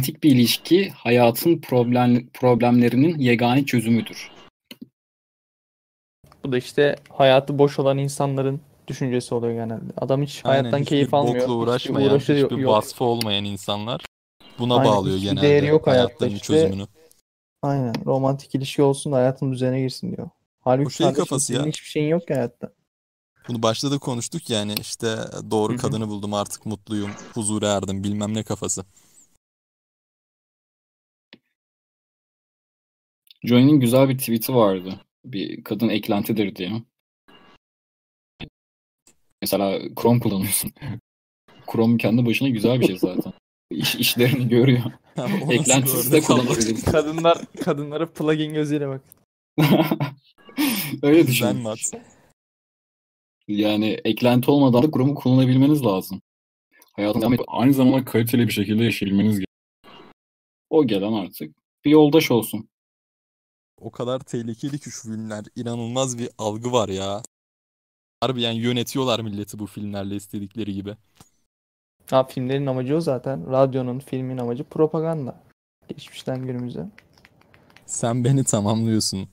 bir ilişki hayatın problemlerinin yegane çözümüdür. Bu da işte hayatı boş olan insanların düşüncesi oluyor genelde. Adam hiç Aynen, hayattan keyif hiçbir almıyor. bokla Hiçbir uğraşmayan, uğraşı hiçbir yok. vasfı olmayan insanlar buna Aynen, bağlıyor hiçbir değeri genelde yok hayatta hayatlarının işte. çözümünü. Aynen, romantik ilişki olsun da hayatın düzene girsin diyor. O Halbuki şey kardeşim kafası senin ya. hiçbir şeyin yok ki hayatta. Bunu başta da konuştuk yani, işte Hı doğru hı. kadını buldum, artık mutluyum, huzura erdim, bilmem ne kafası. Johnny'nin güzel bir tweet'i vardı. Bir kadın eklentidir diye. Mesela Chrome kullanıyorsun. Chrome kendi başına güzel bir şey zaten. İşlerini görüyor. Ama o nasıl bir Eklentisiz de örnek Allah kullanabilirsin. Kadınlara plugin gözüyle bak. Öyle Zen düşün. mat. Yani eklenti olmadan da Chrome'u kullanabilmeniz lazım. Hayatınızda aynı zamanda kaliteli bir şekilde yaşayabilmeniz gerekiyor. O gelen artık bir yoldaş olsun. O kadar tehlikeli ki şu filmler. İnanılmaz bir algı var ya. Harbi yani yönetiyorlar milleti bu filmlerle istedikleri gibi. Ha, filmlerin amacı o zaten. Radyonun, filmin amacı propaganda. Geçmişten günümüze. Sen beni tamamlıyorsun.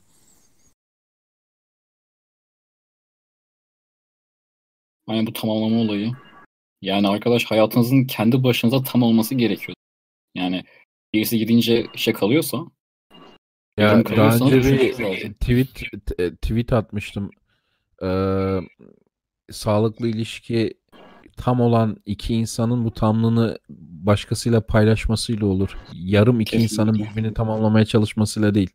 Yani bu tamamlama olayı. Yani arkadaş hayatınızın kendi başınıza tam olması gerekiyor. Yani birisi gidince işe kalıyorsa, yarım Ya daha kalıyorsanız önce düşünmeniz bir lazım. tweet atmıştım. Ee, Sağlıklı ilişki tam olan iki insanın bu tamlığını başkasıyla paylaşmasıyla olur. Yarım iki insanın Kesinlikle. birbirini tamamlamaya çalışmasıyla değil.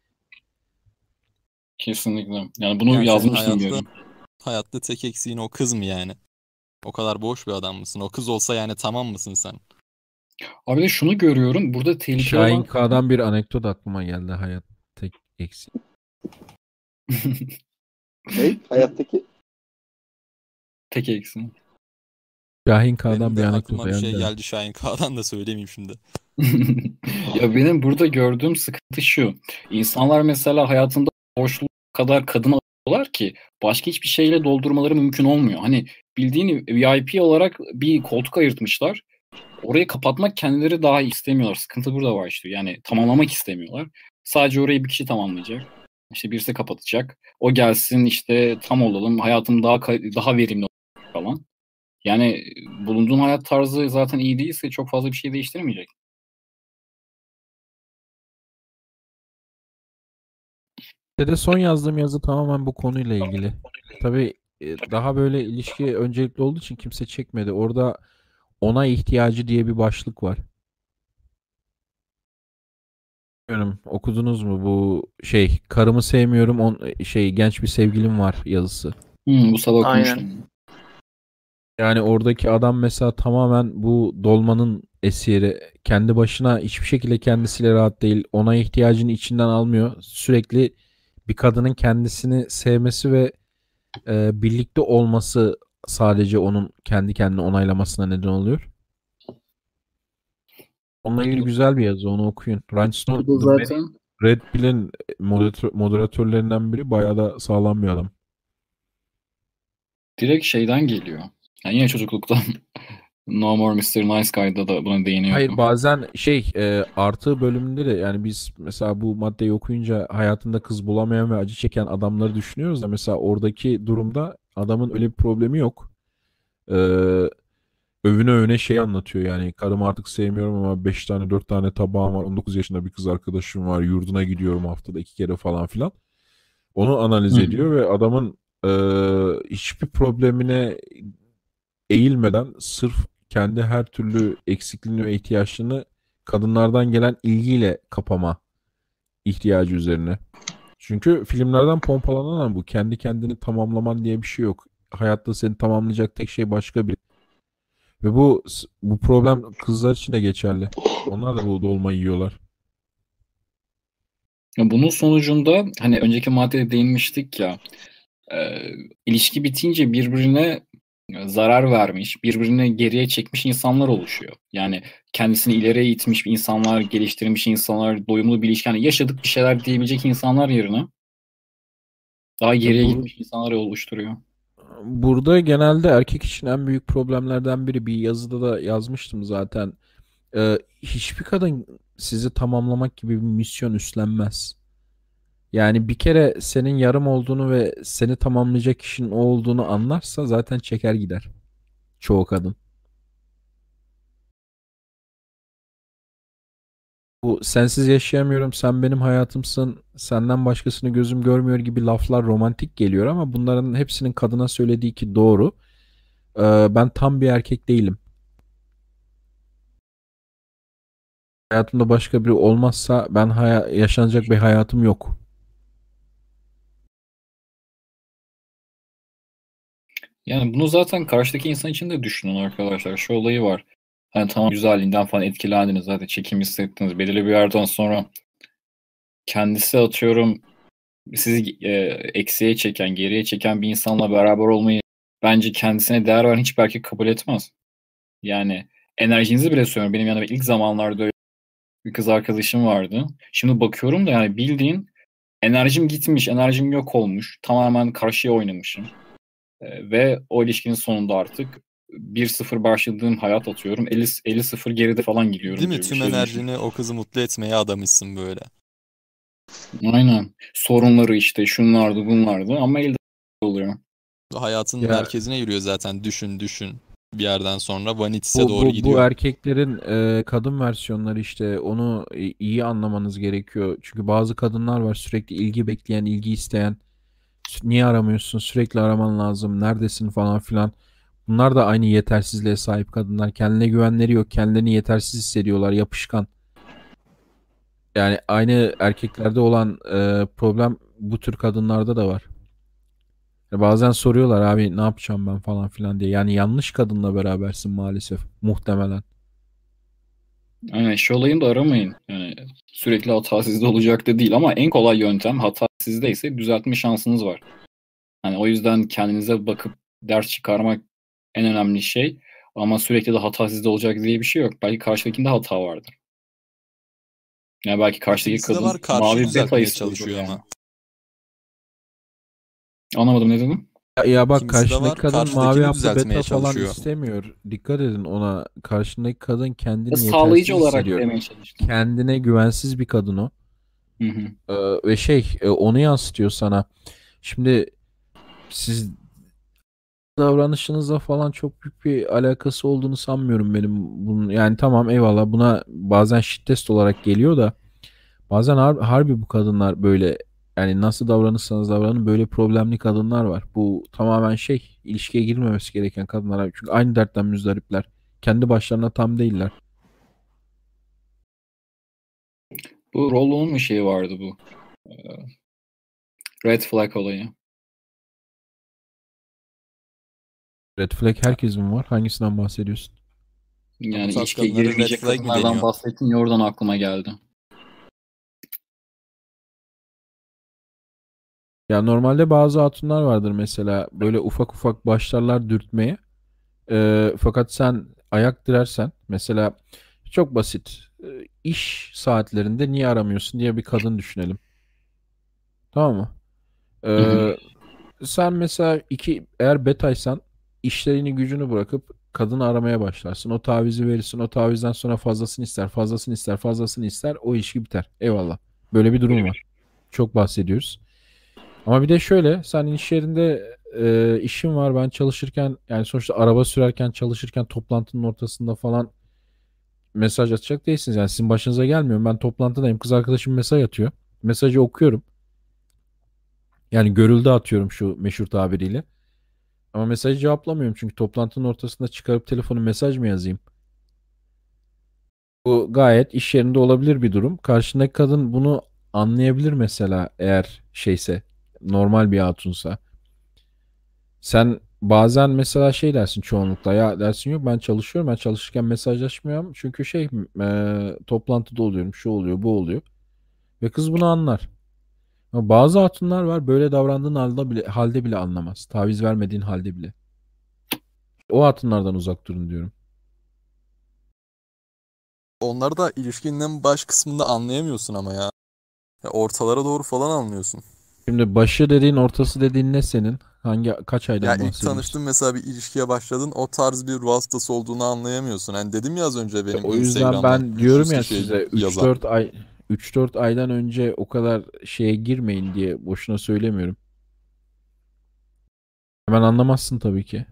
Kesinlikle. Yani bunu Yani senin yazmıştım bir ara. hayatta tek eksiğin o kız mı yani? O kadar boş bir adam mısın? O kız olsa yani tamam mısın sen? Abi de şunu görüyorum. Burada tehlikeli Şahin olan K'dan bir anekdot aklıma geldi, hayat tek eksik. Ne? Hayattaki tek eksiğim. Şahin Benim K'dan bir de anekdot aklıma bir şey geldi. geldi Şahin K'dan da söylemeyeyim şimdi. Ya benim burada gördüğüm sıkıntı şu. İnsanlar mesela hayatında boşluk kadar kadın alıyorlar ki başka hiçbir şeyle doldurmaları mümkün olmuyor. Hani bildiğin VIP olarak bir koltuk ayırtmışlar. Orayı kapatmak kendileri daha istemiyorlar. Sıkıntı burada var işte. Yani tamamlamak istemiyorlar. Sadece orayı bir kişi tamamlayacak. İşte birisi kapatacak. O gelsin işte tam olalım. Hayatım daha verimli olsun falan. Yani bulunduğun hayat tarzı zaten iyi değilse çok fazla bir şey değiştirmeyecek. De son yazdığım yazı tamamen bu konuyla ilgili. Tabii daha böyle ilişki öncelikli olduğu için kimse çekmedi. Orada ona ihtiyacı diye bir başlık var. Bilmiyorum, okudunuz mu bu karımı sevmiyorum, genç bir sevgilim var yazısı. Bu sabah Aynen. okumuştum. Yani oradaki adam mesela tamamen bu dolmanın esiri. Kendi başına hiçbir şekilde kendisiyle rahat değil. Ona ihtiyacını içinden almıyor. Sürekli bir kadının kendisini sevmesi ve birlikte olması sadece onun kendi kendine onaylamasına neden oluyor. Onunla ilgili güzel bir yazı, onu okuyun. Rhinestone Bu da zaten Red Pill'in moderatörlerinden biri, bayağı da sağlam bir adam. direkt şeyden geliyor. Yani yine çocukluktan. No More Mr. Nice Guy'da da buna Hayır, değiniyordu. bazen artı bölümünde de, yani biz mesela bu maddeyi okuyunca hayatında kız bulamayan ve acı çeken adamları düşünüyoruz da mesela oradaki durumda adamın öyle bir problemi yok. E, Övüne övüne şey anlatıyor, yani karımı artık sevmiyorum ama 5 tane 4 tane tabağım var, 19 yaşında bir kız arkadaşım var, yurduna gidiyorum haftada 2 kere falan filan. Onu analiz Hı hı. ediyor ve adamın hiçbir problemine eğilmeden sırf kendi her türlü eksikliğini ve ihtiyaçlarını kadınlardan gelen ilgiyle kapama ihtiyacı üzerine. Çünkü filmlerden pompalanan bu. Kendi kendini tamamlaman diye bir şey yok. Hayatta seni tamamlayacak tek şey başka biri. Ve bu problem kızlar için de geçerli. Onlar da bu dolmayı yiyorlar. Ya bunun sonucunda hani önceki maddede değinmiştik ya, ilişki bitince birbirine zarar vermiş, birbirini geriye çekmiş insanlar oluşuyor. Yani kendisini ileriye itmiş insanlar, geliştirmiş insanlar, doyumlu bir ilişki, yani yaşadık bir şeyler diyebilecek insanlar yerine daha Ya geriye gitmiş insanlar oluşturuyor. Burada genelde erkek için en büyük problemlerden biri, bir yazıda da yazmıştım zaten. Hiçbir kadın sizi tamamlamak gibi bir misyon üstlenmez. Yani bir kere senin yarım olduğunu ve seni tamamlayacak kişinin o olduğunu anlarsa zaten çeker gider. Çoğu kadın. Bu sensiz yaşayamıyorum, sen benim hayatımsın, senden başkasını gözüm görmüyor gibi laflar romantik geliyor ama bunların hepsinin kadına söylediği ki doğru. Ben tam bir erkek değilim. Hayatımda başka biri olmazsa ben yaşanacak bir hayatım yok. Yani bunu zaten karşıdaki insan için de düşünün arkadaşlar. Şu olayı var. Hani tamam güzelliğinden falan etkilendiniz zaten çekim hissettiniz. Belirli bir yerden sonra kendisi atıyorum sizi eksiğe çeken, geriye çeken bir insanla beraber olmayı bence kendisine değer veren hiçbir erkek kabul etmez. Yani enerjinizi bile söylüyorum. Benim yanımda ilk zamanlarda öyle bir kız arkadaşım vardı. Şimdi bakıyorum da yani bildiğin enerjim gitmiş, enerjim yok olmuş. Tamamen karşıya oynamışım. Ve o ilişkinin sonunda artık 1-0 başladığım hayat atıyorum. 50-0 geride falan gidiyorum Değil mi? gibi bir Tüm şey düşün. enerjini o kızı mutlu etmeye adamışsın böyle. Aynen. Sorunları işte şunlardı bunlardı ama elde oluyor. Hayatın Ya merkezine yürüyor zaten. Düşün düşün. Bir yerden sonra vanites'e bu doğru bu bu gidiyor. erkeklerin kadın versiyonları işte onu iyi anlamanız gerekiyor. Çünkü bazı kadınlar var sürekli ilgi bekleyen, ilgi isteyen. Niye aramıyorsun? Sürekli araman lazım. Neredesin falan filan. Bunlar da aynı yetersizliğe sahip kadınlar. Kendine güvenleri yok. Kendilerini yetersiz hissediyorlar. Yapışkan. Yani aynı erkeklerde olan problem bu tür kadınlarda da var. Bazen soruyorlar abi ne yapacağım ben falan filan diye. Yani yanlış kadınla berabersin maalesef. Muhtemelen. Aynen şu olayını da aramayın. Yani sürekli hata sizde olacak da değil ama en kolay yöntem hata sizdeyse düzeltme şansınız var. Hani o yüzden kendinize bakıp ders çıkarmak en önemli şey. Ama sürekli de hata sizde olacak diye bir şey yok. Belki karşıdakinde hata vardır. Yani belki karşıdaki Kimisi de var kadın karşı mavi beta düzeltmeye istiyordur çalışıyor yani. ama. Anlamadım ne dedim? Ya bak Kimisi de karşındaki var kadın mavi karşıdakini haplı düzeltmeye beta falan çalışıyor. istemiyor. Dikkat edin ona. Karşındaki kadın kendini Sağlayıcı yetersiz olarak hissediyor. demeye çalıştım. Kendine güvensiz bir kadın o. Hı hı. Ve onu yansıtıyor sana. Şimdi siz davranışınızla falan çok büyük bir alakası olduğunu sanmıyorum benim bunun. Yani tamam eyvallah buna bazen shit test olarak geliyor da bazen harbi bu kadınlar böyle yani nasıl davranırsanız davranın böyle problemli kadınlar var. Bu tamamen ilişkiye girmemesi gereken kadınlar. Çünkü aynı dertten müzdaripler. Kendi başlarına tam değiller. Bu Rollo'nun mu şeyi vardı bu? Red flag olayı. Red flag herkesin var. Hangisinden bahsediyorsun? Bu Yani tarz ilişkiye kadınlara red girilmeyecek flag mi kadınlardan deniyor? bahsettin ya oradan aklıma geldi. Ya normalde bazı hatunlar vardır mesela böyle ufak ufak başlarlar dürtmeye. Fakat sen ayak dirersen mesela çok basit. İş saatlerinde niye aramıyorsun diye bir kadın düşünelim. Tamam mı? Hı hı. Ee, Sen mesela eğer betaysan işlerini gücünü bırakıp kadını aramaya başlarsın. O tavizi verirsin. O tavizden sonra fazlasını ister, fazlasını ister, fazlasını ister. O ilişki biter. Eyvallah. Böyle bir durum var. Çok bahsediyoruz. Ama bir de şöyle sen iş yerinde işin var ben çalışırken yani sonuçta araba sürerken çalışırken toplantının ortasında falan mesaj atacak değilsiniz. Yani sizin başınıza gelmiyor. Ben toplantıdayım. Kız arkadaşım mesaj atıyor. Mesajı okuyorum. Yani görüldü atıyorum şu meşhur tabiriyle. Ama mesajı cevaplamıyorum çünkü toplantının ortasında çıkarıp telefonu mesaj mı yazayım? Bu gayet iş yerinde olabilir bir durum. Karşındaki kadın bunu anlayabilir mesela eğer normal bir hatunsa. Sen bazen mesela dersin çoğunlukla ya dersin yok ben çalışıyorum ben çalışırken mesajlaşmıyorum çünkü toplantıda oluyorum şu oluyor bu oluyor ve kız bunu anlar. Ama bazı hatunlar var böyle davrandığın halde bile anlamaz. Taviz vermediğin halde bile. O hatunlardan uzak durun diyorum. Onları da ilişkinin baş kısmında anlayamıyorsun ama ya. Ya ortalara doğru falan anlıyorsun. Şimdi başı dediğin, ortası dediğin ne senin? Kaç Ya aydan ilk bahsediyorsun? tanıştın mesela, bir ilişkiye başladın, o tarz bir ruh hastası olduğunu anlayamıyorsun. Hani dedim ya az önce, benim O yüzden Instagram'dan ben 300 diyorum ya kişiye size yazan. 3-4 aydan önce o kadar şeye girmeyin diye boşuna söylemiyorum. Hemen anlamazsın tabii ki.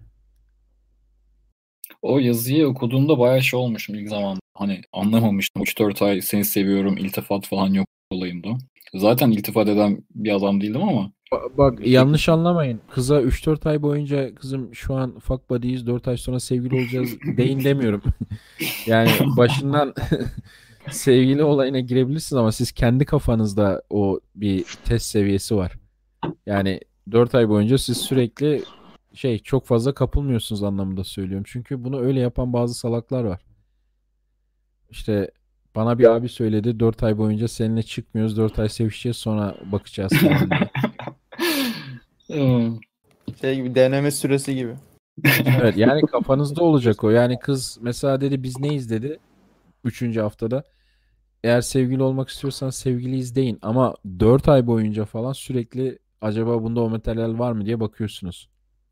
O yazıyı okuduğumda bayağı şey olmuşum ilk zamanda. Hani anlamamıştım. 3-4 ay seni seviyorum, iltifat falan yok olayımda. Zaten iltifat eden bir adam değildim ama Bak pek yanlış anlamayın. Kıza 3-4 ay boyunca kızım şu an fuck buddy'yiz, 4 ay sonra sevgili olacağız deyin demiyorum. Yani başından sevgili olayına girebilirsiniz ama siz kendi kafanızda o bir test seviyesi var. Yani 4 ay boyunca siz sürekli çok fazla kapılmıyorsunuz anlamında söylüyorum. Çünkü bunu öyle yapan bazı salaklar var. İşte bana bir abi söyledi, 4 ay boyunca seninle çıkmıyoruz, 4 ay sevişeceğiz sonra bakacağız falan diye. Hmm. Şey gibi, deneme süresi gibi. Evet yani kafanızda olacak o. Yani kız mesela dedi biz neyiz dedi 3. haftada. Eğer sevgili olmak istiyorsan sevgiliyiz deyin. Ama 4 ay boyunca falan sürekli acaba bunda o materyal var mı diye bakıyorsunuz.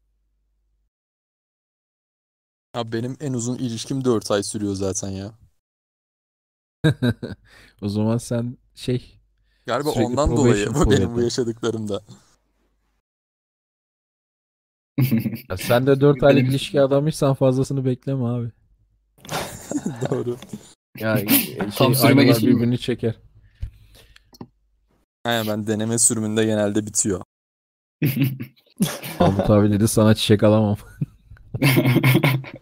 Ya benim en uzun ilişkim 4 ay sürüyor zaten ya. O zaman sen Galiba sürekli ondan dolayı probation bu benim bu period'da. yaşadıklarımda. Ya sen de 4 aylık Benim ilişki adamıysan fazlasını bekleme abi. Doğru. Ya tam sürüme aynalar geçeyim mi? birbirini çeker. Aynen, ben deneme sürümünde genelde bitiyor. Mahmut abi dedi sana çiçek alamam.